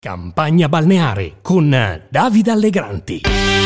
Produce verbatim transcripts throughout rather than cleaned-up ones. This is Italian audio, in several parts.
Campagna balneare con Davide Allegranti.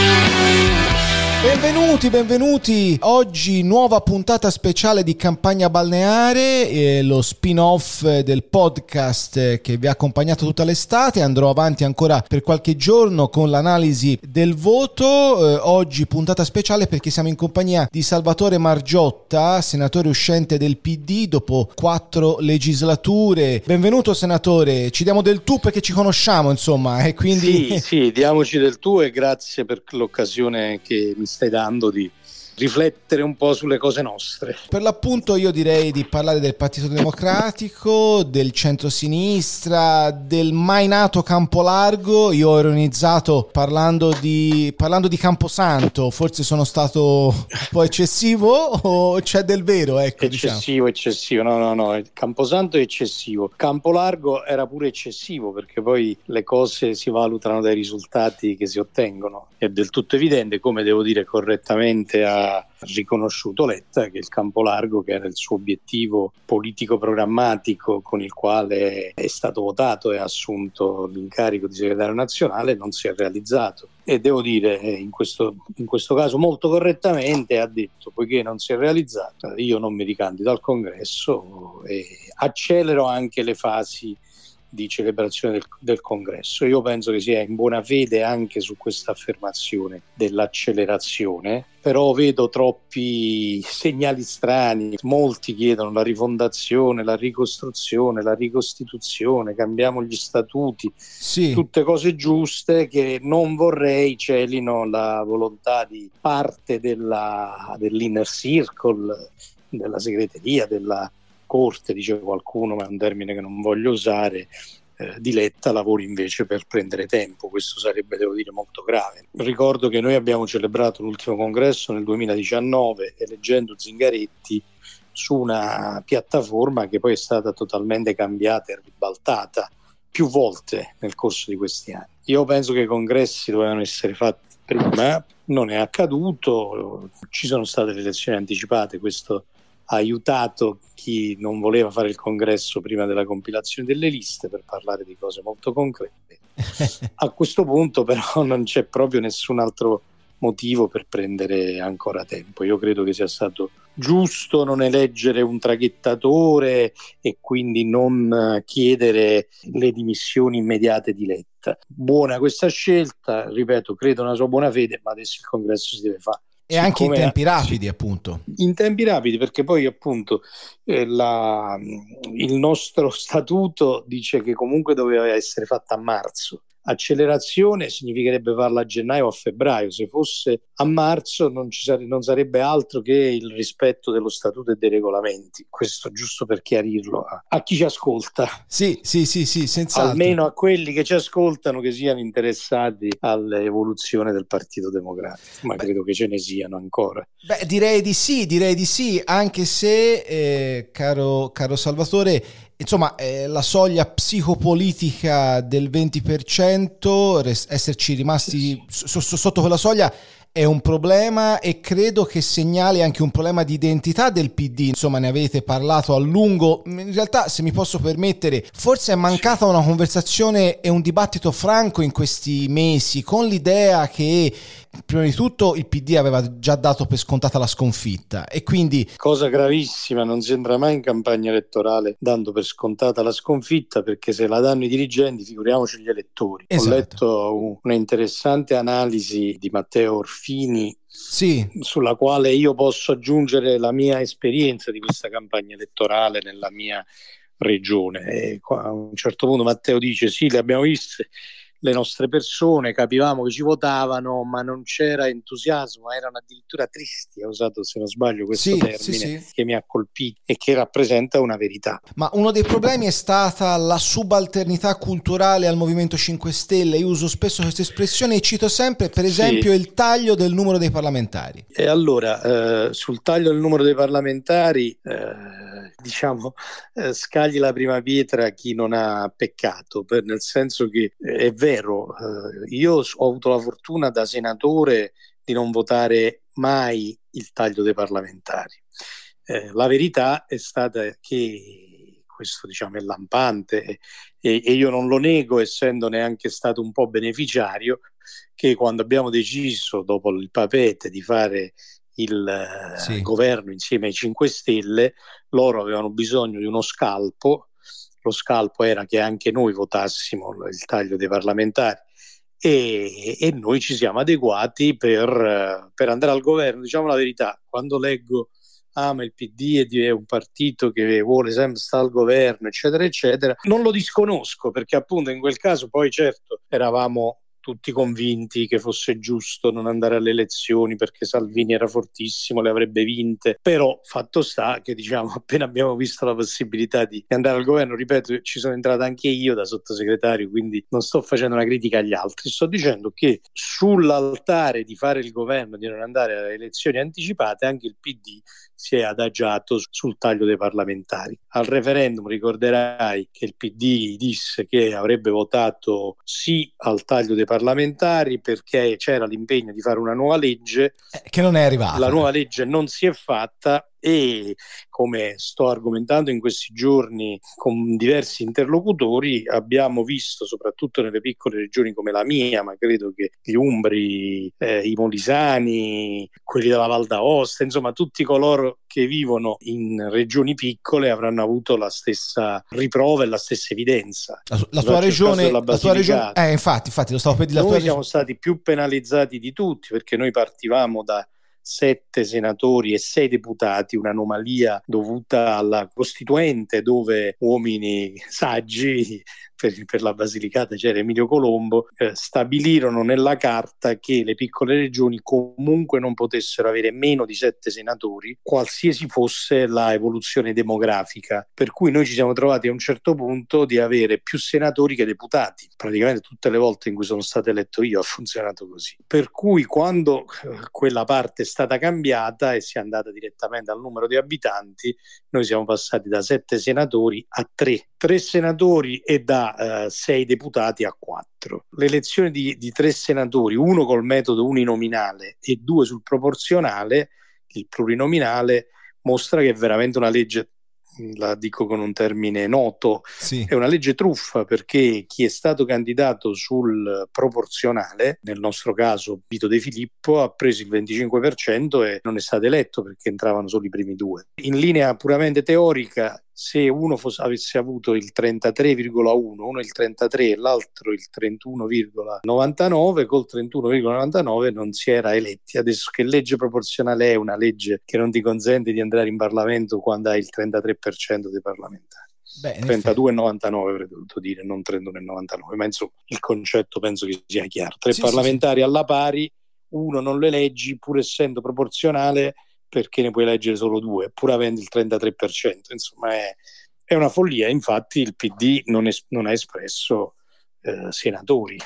Benvenuti, benvenuti. Oggi nuova puntata speciale di Campagna balneare, eh, lo spin-off del podcast che vi ha accompagnato tutta l'estate. Andrò avanti ancora per qualche giorno con l'analisi del voto. Eh, oggi puntata speciale perché siamo in compagnia di Salvatore Margiotta, senatore uscente del P D dopo quattro legislature. Benvenuto senatore, ci diamo del tu perché ci conosciamo, insomma, e quindi... Sì, sì, diamoci del tu e grazie per l'occasione che mi stai dando di riflettere un po' sulle cose nostre. Per l'appunto io direi di parlare del Partito Democratico, del centrosinistra, del mai nato Campolargo. Io ho ironizzato parlando di, parlando di Camposanto, forse sono stato un po' eccessivo o c'è del vero? Ecco, eccessivo, diciamo. eccessivo, no, no, no, Camposanto è eccessivo. Campolargo era pure eccessivo perché poi le cose si valutano dai risultati che si ottengono. È del tutto evidente, come devo dire correttamente a riconosciuto Letta, che il Campolargo, che era il suo obiettivo politico programmatico con il quale è stato votato e ha assunto l'incarico di segretario nazionale, non si è realizzato. E devo dire, in questo, in questo caso molto correttamente ha detto: poiché non si è realizzato, io non mi ricandido al congresso e accelero anche le fasi di celebrazione del, del congresso. Io penso che sia in buona fede anche su questa affermazione dell'accelerazione, però vedo troppi segnali strani. Molti chiedono la rifondazione, la ricostruzione, la ricostituzione, cambiamo gli statuti, sì. Tutte cose giuste che non vorrei celino la volontà di parte della, dell'inner circle, della segreteria, della corte, dice qualcuno, ma è un termine che non voglio usare, eh, di Letta lavori invece per prendere tempo. Questo sarebbe, devo dire, molto grave. Ricordo che noi abbiamo celebrato l'ultimo congresso nel duemiladiciannove eleggendo Zingaretti su una piattaforma che poi è stata totalmente cambiata e ribaltata più volte nel corso di questi anni. Io penso che i congressi dovevano essere fatti prima, non è accaduto, ci sono state le elezioni anticipate, questo ha aiutato chi non voleva fare il congresso prima della compilazione delle liste, per parlare di cose molto concrete. A questo punto però non c'è proprio nessun altro motivo per prendere ancora tempo. Io credo che sia stato giusto non eleggere un traghettatore e quindi non chiedere le dimissioni immediate di Letta. Buona questa scelta, ripeto, credo nella sua buona fede, ma adesso il congresso si deve fare. E anche in tempi rapidi, appunto. In tempi rapidi, perché poi appunto eh, la, il nostro statuto dice che comunque doveva essere fatta a marzo. Accelerazione significherebbe farla a gennaio o a febbraio. Se fosse a marzo non, ci sare- non sarebbe altro che il rispetto dello statuto e dei regolamenti. Questo giusto per chiarirlo a, a chi ci ascolta. Sì, sì, sì, sì, senz'altro. Almeno a quelli che ci ascoltano, che siano interessati all'evoluzione del Partito Democratico, ma Beh. credo che ce ne siano ancora. Beh, direi di sì, direi di sì, anche se, eh, caro, caro Salvatore, insomma, eh, la soglia psicopolitica del venti per cento, res- esserci rimasti s- s- sotto quella soglia è un problema, e credo che segnali anche un problema di identità del P D. Insomma, ne avete parlato a lungo. In realtà, se mi posso permettere, forse è mancata una conversazione e un dibattito franco in questi mesi, con l'idea che prima di tutto il P D aveva già dato per scontata la sconfitta, e quindi... Cosa gravissima, non si entra mai in campagna elettorale dando per scontata la sconfitta, perché se la danno i dirigenti figuriamoci gli elettori. Esatto. Ho letto una interessante analisi di Matteo Orfini, sì, sulla quale io posso aggiungere la mia esperienza di questa campagna elettorale nella mia regione. E a un certo punto Matteo dice: sì, le abbiamo viste le nostre persone, capivamo che ci votavano, ma non c'era entusiasmo, erano addirittura tristi. Ha usato, se non sbaglio, questo sì, termine sì, sì. che mi ha colpito e che rappresenta una verità. Ma uno dei problemi è stata la subalternità culturale al Movimento cinque Stelle. Io uso spesso questa espressione e cito sempre, per esempio, sì. il taglio del numero dei parlamentari. E allora, eh, sul taglio del numero dei parlamentari, eh, diciamo, eh, scagli la prima pietra chi non ha peccato, per, nel senso che eh, è vero, eh, io ho avuto la fortuna da senatore di non votare mai il taglio dei parlamentari. Eh, la verità è stata che questo diciamo è lampante e, e io non lo nego, essendo neanche stato un po' beneficiario, che quando abbiamo deciso dopo il Papete di fare il sì. governo insieme ai cinque Stelle, loro avevano bisogno di uno scalpo. Lo scalpo era che anche noi votassimo il taglio dei parlamentari e, e noi ci siamo adeguati per, per andare al governo. Diciamo la verità, quando leggo ah ma il P D è un partito che vuole sempre stare al governo eccetera eccetera, non lo disconosco, perché appunto in quel caso poi certo eravamo tutti convinti che fosse giusto non andare alle elezioni perché Salvini era fortissimo, le avrebbe vinte, però fatto sta che diciamo appena abbiamo visto la possibilità di andare al governo, ripeto, ci sono entrato anche io da sottosegretario, quindi non sto facendo una critica agli altri, sto dicendo che sull'altare di fare il governo, di non andare alle elezioni anticipate, anche il P D si è adagiato sul taglio dei parlamentari. Al referendum ricorderai che il P D disse che avrebbe votato sì al taglio dei parlamentari parlamentari perché c'era l'impegno di fare una nuova legge eh, che non è arrivata. La nuova legge non si è fatta e, come sto argomentando in questi giorni con diversi interlocutori, abbiamo visto soprattutto nelle piccole regioni come la mia, ma credo che gli umbri, eh, i molisani, quelli della Val d'Aosta, insomma tutti coloro che vivono in regioni piccole avranno avuto la stessa riprova e la stessa evidenza. La, la tua regione, la tua regione eh, infatti, infatti lo stavo per dire. Noi la tua siamo reg- stati più penalizzati di tutti perché noi partivamo da sette senatori e sei deputati, un'anomalia dovuta alla Costituente, dove uomini saggi, per, per la Basilicata c'era Emilio Colombo, eh, stabilirono nella carta che le piccole regioni comunque non potessero avere meno di sette senatori, qualsiasi fosse la evoluzione demografica, per cui noi ci siamo trovati a un certo punto di avere più senatori che deputati. Praticamente tutte le volte in cui sono stato eletto io ha funzionato così, per cui quando eh, quella parte è stata cambiata e si è andata direttamente al numero di abitanti, noi siamo passati da sette senatori a tre, tre senatori e da Uh, sei deputati a quattro. L'elezione di, di tre senatori, uno col metodo uninominale e due sul proporzionale, il plurinominale, mostra che è veramente una legge, la dico con un termine noto, sì. È una legge truffa, perché chi è stato candidato sul proporzionale, nel nostro caso Vito De Filippo, ha preso il venticinque per cento e non è stato eletto perché entravano solo i primi due. In linea puramente teorica, se uno fosse, avesse avuto il trentatré virgola uno, uno il trentatré e l'altro il trentuno virgola novantanove, col trentuno virgola novantanove non si era eletti. Adesso che legge proporzionale è una legge che non ti consente di andare in Parlamento quando hai il trentatré per cento dei parlamentari. Beh, trentadue virgola novantanove avrei dovuto dire, non trentuno virgola novantanove, ma insomma il concetto penso che sia chiaro. Tre sì, parlamentari sì, sì. alla pari, uno non lo eleggi pur essendo proporzionale, perché ne puoi eleggere solo due, pur avendo il trentatré per cento. Insomma è, è una follia. Infatti il P D non, es- non ha espresso eh, senatori.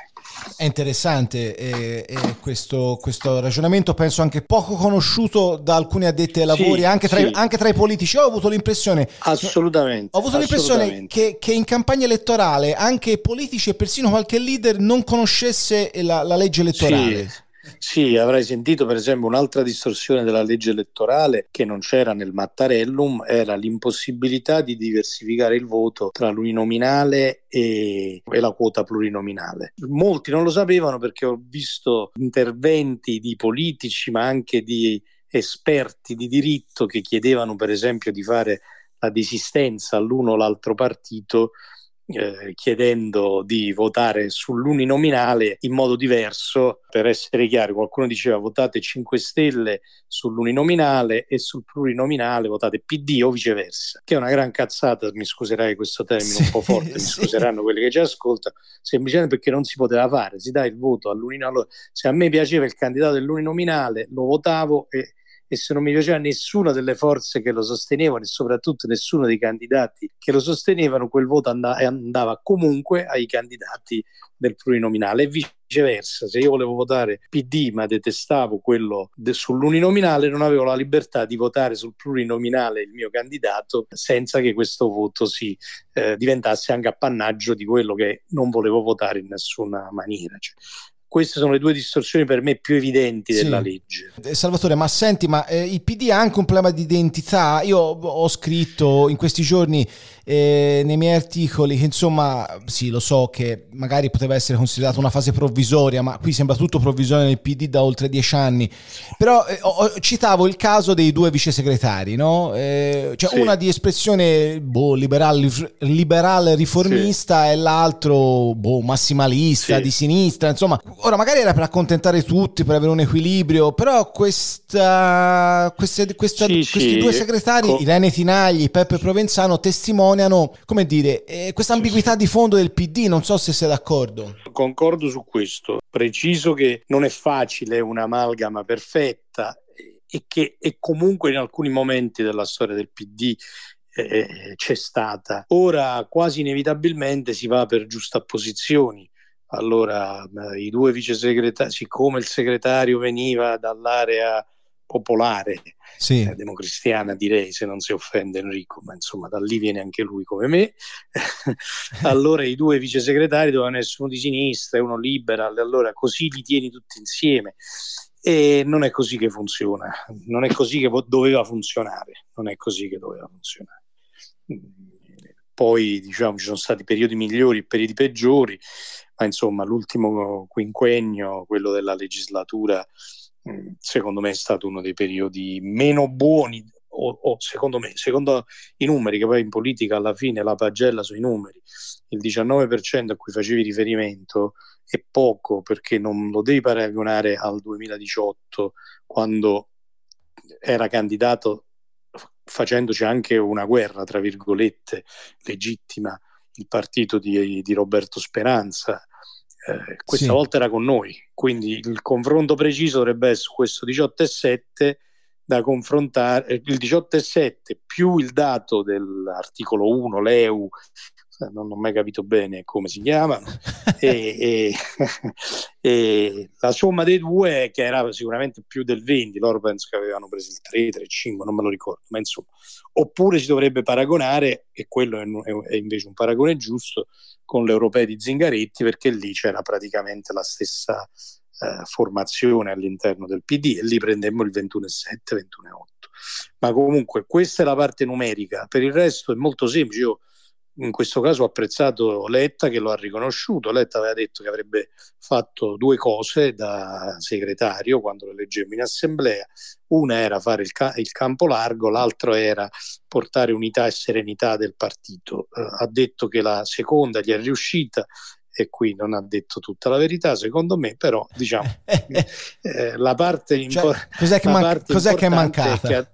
È interessante eh, eh, questo, questo ragionamento, penso anche poco conosciuto da alcuni addetti ai lavori, sì, anche, tra, sì. anche tra i politici. Ho avuto l'impressione assolutamente, ho avuto assolutamente. l'impressione che, che in campagna elettorale anche politici e persino qualche leader non conoscesse la, la legge elettorale. Sì. Sì, avrai sentito per esempio un'altra distorsione della legge elettorale che non c'era nel Mattarellum, era l'impossibilità di diversificare il voto tra l'uninominale e, e la quota plurinominale. Molti non lo sapevano perché ho visto interventi di politici ma anche di esperti di diritto che chiedevano per esempio di fare la disistenza all'uno o l'altro partito, Eh, chiedendo di votare sull'uninominale in modo diverso. Per essere chiari, qualcuno diceva votate cinque Stelle sull'uninominale e sul plurinominale votate P D o viceversa, che è una gran cazzata, mi scuserai questo termine sì, un po' forte, mi sì. scuseranno quelli che ci ascoltano, semplicemente perché non si poteva fare, si dà il voto all'uninominale. Se a me piaceva il candidato dell'uninominale lo votavo e e se non mi piaceva nessuna delle forze che lo sostenevano e soprattutto nessuno dei candidati che lo sostenevano, quel voto and- andava comunque ai candidati del plurinominale e viceversa. Se io volevo votare P D ma detestavo quello de- sull'uninominale, non avevo la libertà di votare sul plurinominale il mio candidato senza che questo voto si eh, diventasse anche appannaggio di quello che non volevo votare in nessuna maniera. Cioè, queste sono le due distorsioni per me più evidenti sì. della legge. Salvatore, ma senti, ma eh, il P D ha anche un problema di identità. Io ho scritto in questi giorni eh, nei miei articoli che insomma, sì, lo so che magari poteva essere considerata una fase provvisoria, ma qui sembra tutto provvisorio nel P D da oltre dieci anni. Però eh, ho, citavo il caso dei due vice segretari, no? Eh, cioè sì. Una di espressione boh, liberale, liberale riformista sì. E l'altro boh, massimalista, sì. Di sinistra, insomma. Ora magari era per accontentare tutti, per avere un equilibrio, però questa, queste, questa, sì, questi sì. due segretari, Co- Irene Tinagli, Peppe Provenzano, testimoniano, come dire, eh, questa ambiguità sì, sì. Di fondo del P D, non so se sei d'accordo. Concordo su questo, preciso che non è facile un'amalgama perfetta e che e comunque in alcuni momenti della storia del P D eh, c'è stata. Ora quasi inevitabilmente si va per giustapposizioni. Allora i due vice segretari, siccome il segretario veniva dall'area popolare, sì. eh, democristiana direi, se non si offende Enrico, ma insomma da lì viene anche lui come me, allora i due vice segretari dovevano essere uno di sinistra e uno liberal, allora così li tieni tutti insieme. E non è così che funziona, non è così che doveva funzionare, non è così che doveva funzionare. Poi diciamo ci sono stati periodi migliori e periodi peggiori, ma insomma l'ultimo quinquennio, quello della legislatura, secondo me è stato uno dei periodi meno buoni, o, o secondo me, secondo i numeri, che poi in politica alla fine la pagella sui numeri, il diciannove per cento a cui facevi riferimento è poco, perché non lo devi paragonare al duemiladiciotto, quando era candidato facendoci anche una guerra, tra virgolette, legittima, il partito di, di Roberto Speranza. Eh, questa sì. volta era con noi, quindi il confronto preciso dovrebbe essere questo diciotto e sette da confrontare, il diciotto e sette più il dato dell'articolo uno, l'E U, non ho mai capito bene come si chiamano, e, e, e la somma dei due, che era sicuramente più del venti, loro penso che avevano preso il tre, tre, cinque, non me lo ricordo, ma insomma, oppure si dovrebbe paragonare, e quello è, è invece un paragone giusto, con l'Europeo di Zingaretti, perché lì c'era praticamente la stessa eh, formazione all'interno del P D e lì prendemmo il ventuno e sette, ventuno e otto. Ma comunque questa è la parte numerica, per il resto è molto semplice. Io in questo caso ho apprezzato Letta, che lo ha riconosciuto. Letta aveva detto che avrebbe fatto due cose da segretario quando lo eleggemmo in assemblea: una era fare il, ca- il campo largo, l'altro era portare unità e serenità del partito. Eh, ha detto che la seconda gli è riuscita, e qui non ha detto tutta la verità secondo me, però diciamo eh, la parte, cioè, impor- cos'è che, la man- parte cos'è che è mancata? È che ha-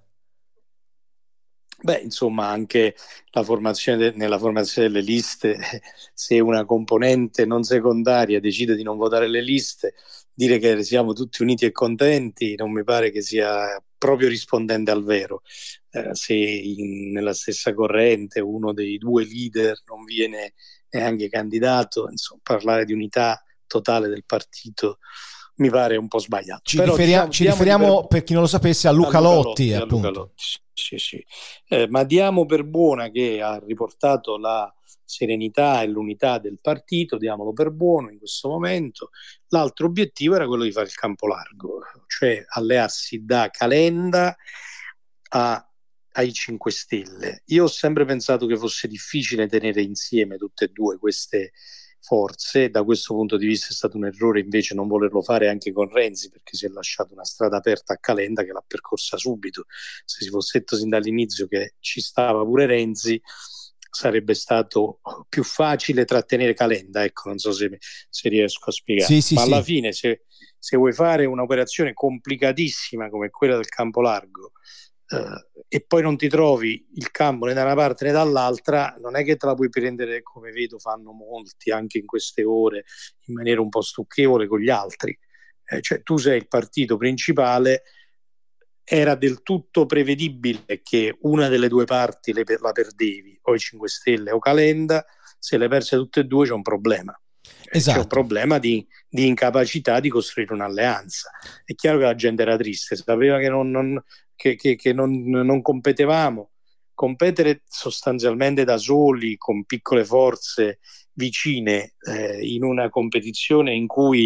Beh, insomma, anche la formazione de- nella formazione delle liste, se una componente non secondaria decide di non votare le liste, dire che siamo tutti uniti e contenti non mi pare che sia proprio rispondente al vero. Eh, se in, nella stessa corrente uno dei due leader non viene neanche candidato, insomma, parlare di unità totale del partito mi pare un po' sbagliato. Ci, Però, riferia- diciamo, ci riferiamo, per... per chi non lo sapesse, a Luca, a Luca Lotti, Lotti, appunto. A Luca Lotti. Sì, sì. Eh, ma diamo per buona che ha riportato la serenità e l'unità del partito, diamolo per buono in questo momento. L'altro obiettivo era quello di fare il campo largo, cioè allearsi da Calenda a, ai cinque Stelle. Io ho sempre pensato che fosse difficile tenere insieme tutte e due queste forze. Da questo punto di vista è stato un errore invece non volerlo fare anche con Renzi, perché si è lasciato una strada aperta a Calenda che l'ha percorsa subito. Se si fosse detto sin dall'inizio che ci stava pure Renzi, sarebbe stato più facile trattenere Calenda, ecco, non so se, se riesco a spiegare. Sì, sì, ma alla sì. fine se, se vuoi fare un'operazione complicatissima come quella del campo largo, Uh, e poi non ti trovi il campo né da una parte né dall'altra, non è che te la puoi prendere, come vedo fanno molti anche in queste ore, in maniera un po' stucchevole con gli altri. Eh, cioè tu sei il partito principale, era del tutto prevedibile che una delle due parti le per- la perdevi, o i cinque Stelle o Calenda. Se le perse tutte e due c'è un problema. Esatto. C'è un problema di, di incapacità di costruire un'alleanza. È chiaro che la gente era triste, sapeva che non, non, che, che, che non, non competevamo. Competere sostanzialmente da soli, con piccole forze vicine, eh, in una competizione in cui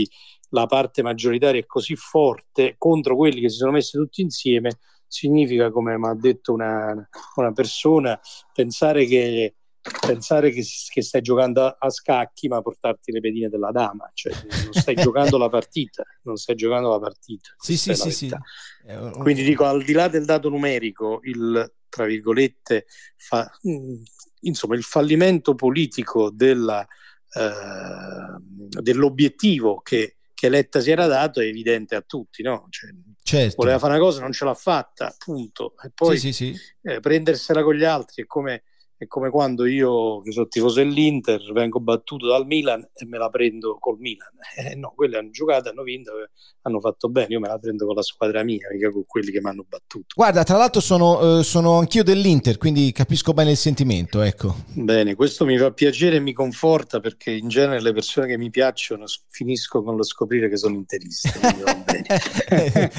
la parte maggioritaria è così forte contro quelli che si sono messi tutti insieme, significa, come mi ha detto una, una persona, pensare che pensare che, che stai giocando a, a scacchi, ma portarti le pedine della dama, cioè non stai giocando la partita, non stai giocando la partita. Sì, sì, sì, sì. Quindi dico, al di là del dato numerico, il, tra virgolette, fa, insomma, il fallimento politico della, eh, dell'obiettivo che, che Letta si era dato è evidente a tutti, no? Cioè, certo. Voleva fare una cosa, non ce l'ha fatta, punto. E poi sì, sì, sì. Eh, prendersela con gli altri è come È come quando io, che sono tifoso dell'Inter, vengo battuto dal Milan e me la prendo col Milan. Eh, no, quelli hanno giocato, hanno vinto, hanno fatto bene. Io me la prendo con la squadra mia, mica con quelli che mi hanno battuto. Guarda, tra l'altro sono, eh, sono anch'io dell'Inter, quindi capisco bene il sentimento, ecco. Bene, questo mi fa piacere e mi conforta, perché in genere le persone che mi piacciono finisco con lo scoprire che sono interiste. Va bene.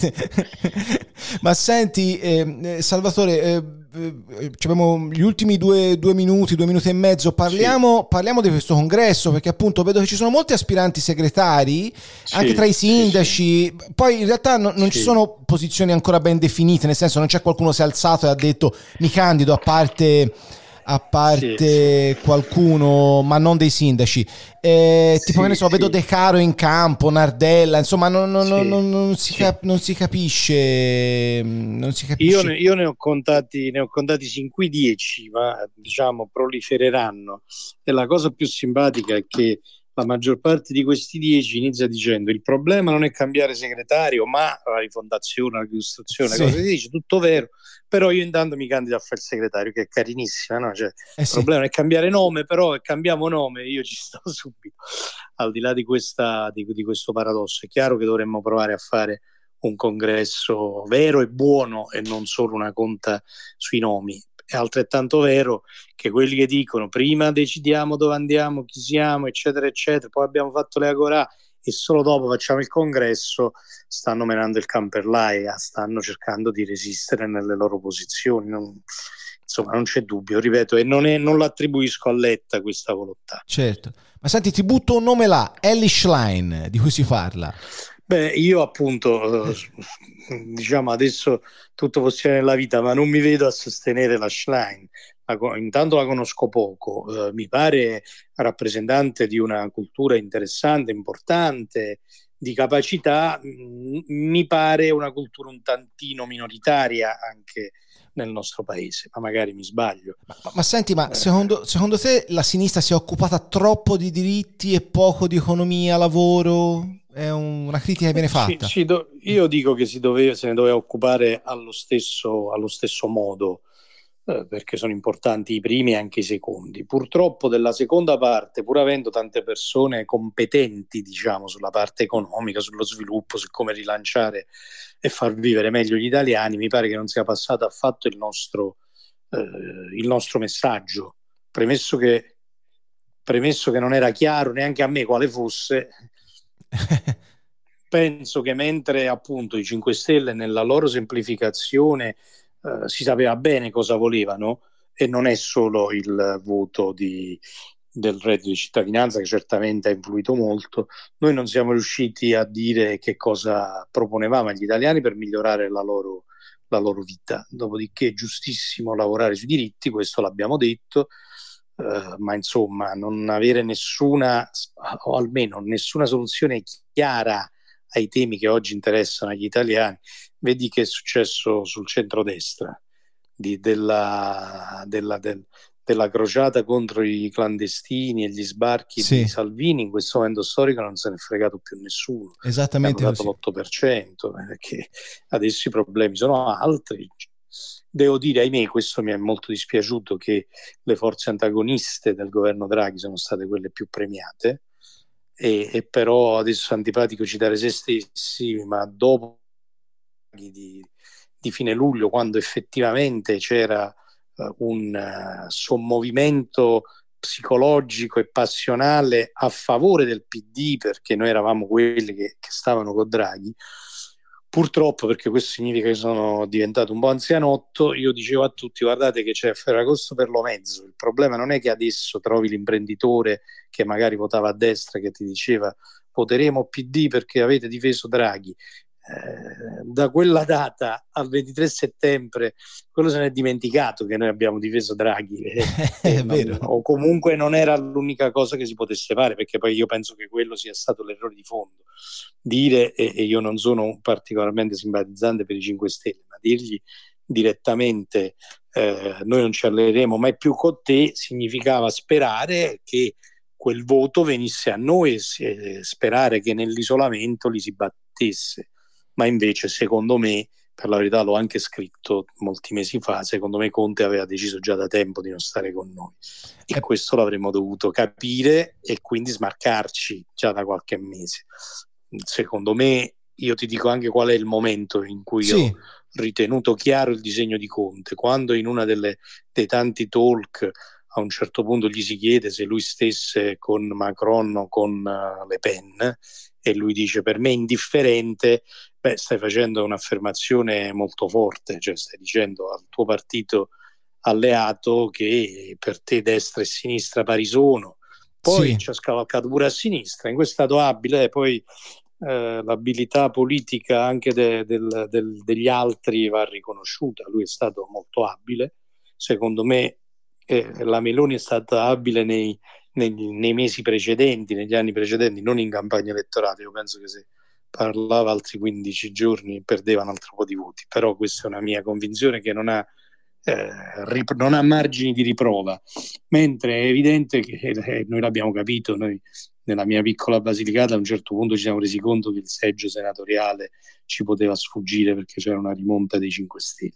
Ma senti, eh, Salvatore, eh, eh, abbiamo gli ultimi due, due minuti, due minuti e mezzo, parliamo, sì. parliamo di questo congresso, perché appunto vedo che ci sono molti aspiranti segretari, sì, anche tra i sindaci, sì, sì. Poi in realtà no, non sì. ci sono posizioni ancora ben definite, nel senso non c'è qualcuno che si è alzato e ha detto mi candido, a parte... a parte sì, qualcuno, ma non dei sindaci, eh, sì, tipo che ne so, sì. vedo De Caro in campo, Nardella, insomma non, non, sì, non, non, si, sì. cap- non si capisce non si capisce. Io ne, io ne ho contati ne ho contati sin qui dieci, ma diciamo prolifereranno, e la cosa più simpatica è che la maggior parte di questi dieci inizia dicendo il problema non è cambiare segretario ma la rifondazione, la ricostruzione, sì. cose si dice, tutto vero, però io intanto mi candido a fare il segretario, che è carinissima, no? Cioè, eh il sì. problema non è cambiare nome, però cambiamo nome, io ci sto subito. Al di là di, questa, di, di questo paradosso, è chiaro che dovremmo provare a fare un congresso vero e buono e non solo una conta sui nomi. È altrettanto vero che quelli che dicono prima decidiamo dove andiamo, chi siamo, eccetera eccetera, poi abbiamo fatto le agorà e solo dopo facciamo il congresso, stanno menando il can per l'aia, stanno cercando di resistere nelle loro posizioni. Non, insomma non c'è dubbio, ripeto, e non, è, non l'attribuisco a Letta questa volontà. Certo, ma senti, ti butto un nome là, Elly Schlein, di cui si parla. Beh, io appunto, eh, diciamo adesso tutto possibile nella vita, ma non mi vedo a sostenere la Schlein. La, intanto la conosco poco, eh, mi pare rappresentante di una cultura interessante, importante, di capacità, mh, mi pare una cultura un tantino minoritaria anche nel nostro paese, ma magari mi sbaglio. Ma, ma, ma senti, ma eh. secondo, secondo te la sinistra si è occupata troppo di diritti e poco di economia, lavoro? È un, una critica che viene fatta. Ci, ci do, io dico che si doveva, se ne doveva occupare allo stesso, allo stesso modo, eh, perché sono importanti i primi e anche i secondi. Purtroppo della seconda parte, pur avendo tante persone competenti, diciamo, sulla parte economica, sullo sviluppo, su come rilanciare e far vivere meglio gli italiani, mi pare che non sia passato affatto il nostro, eh, il nostro messaggio. Premesso che, premesso che non era chiaro neanche a me quale fosse, penso che mentre appunto i cinque Stelle nella loro semplificazione eh, si sapeva bene cosa volevano, e non è solo il voto di, del reddito di cittadinanza che certamente ha influito molto, noi non siamo riusciti a dire che cosa proponevamo agli italiani per migliorare la loro, la loro vita. Dopodiché è giustissimo lavorare sui diritti, questo l'abbiamo detto, Uh, ma insomma non avere nessuna, o almeno nessuna soluzione chiara ai temi che oggi interessano agli italiani. Vedi che è successo sul centrodestra, di, della, della, del, della crociata contro i clandestini e gli sbarchi sì. di Salvini. In questo momento storico non se ne è fregato più nessuno, esattamente, hanno dato l'otto per cento, perché adesso i problemi sono altri. Devo dire, ahimè, questo mi è molto dispiaciuto, che le forze antagoniste del governo Draghi sono state quelle più premiate, e, e però adesso è antipatico citare se stessi, ma dopo di, di fine luglio, quando effettivamente c'era uh, un uh, sommovimento psicologico e passionale a favore del P D, perché noi eravamo quelli che, che stavano con Draghi, purtroppo, perché questo significa che sono diventato un po' anzianotto, io dicevo a tutti: guardate che c'è Ferragosto per lo mezzo, il problema non è che adesso trovi l'imprenditore che magari votava a destra che ti diceva voteremo P D perché avete difeso Draghi. Eh, da quella data al ventitré settembre quello se n'è dimenticato che noi abbiamo difeso Draghi e, è e vero. Non, o comunque non era l'unica cosa che si potesse fare, perché poi io penso che quello sia stato l'errore di fondo, dire, e, e io non sono particolarmente simpatizzante per i cinque Stelle, ma dirgli direttamente eh, noi non ci alleremo mai più con te significava sperare che quel voto venisse a noi e sperare che nell'isolamento li si battesse. Ma invece, secondo me, per la verità l'ho anche scritto molti mesi fa, secondo me Conte aveva deciso già da tempo di non stare con noi e eh. questo l'avremmo dovuto capire e quindi smarcarci già da qualche mese. Secondo me, io ti dico anche qual è il momento in cui sì. ho ritenuto chiaro il disegno di Conte, quando in una delle dei tanti talk a un certo punto gli si chiede se lui stesse con Macron o con uh, Le Pen e lui dice per me è indifferente. Beh, stai facendo un'affermazione molto forte, cioè stai dicendo al tuo partito alleato che per te destra e sinistra pari sono, poi sì. ci ha scavalcato pure a sinistra, in questo è stato abile, poi eh, l'abilità politica anche de, del, del, degli altri va riconosciuta, lui è stato molto abile, secondo me eh, la Meloni è stata abile nei, nei, nei mesi precedenti, negli anni precedenti, non in campagna elettorale, io penso che se parlava altri quindici giorni perdeva un altro po' di voti, però questa è una mia convinzione che non ha, eh, rip- non ha margini di riprova, mentre è evidente che eh, noi l'abbiamo capito, noi nella mia piccola Basilicata a un certo punto ci siamo resi conto che il seggio senatoriale ci poteva sfuggire perché c'era una rimonta dei cinque Stelle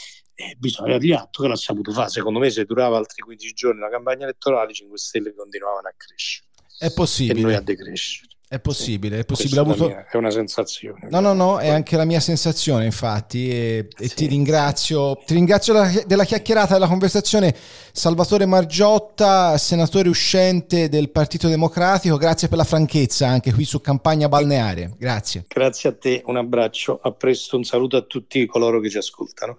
e bisogna dargli atto che l'ha saputo fare. Secondo me se durava altri quindici giorni la campagna elettorale i cinque Stelle continuavano a crescere è possibile e noi a decrescere. È possibile, è possibile. È, avuto... mia, è una sensazione. No, no, no, è anche la mia sensazione, infatti. E, e sì. ti ringrazio, ti ringrazio della, della chiacchierata, della conversazione. Salvatore Margiotta, senatore uscente del Partito Democratico. Grazie per la franchezza anche qui su Campagna Balneare. Grazie. Grazie a te, un abbraccio, a presto, un saluto a tutti coloro che ci ascoltano.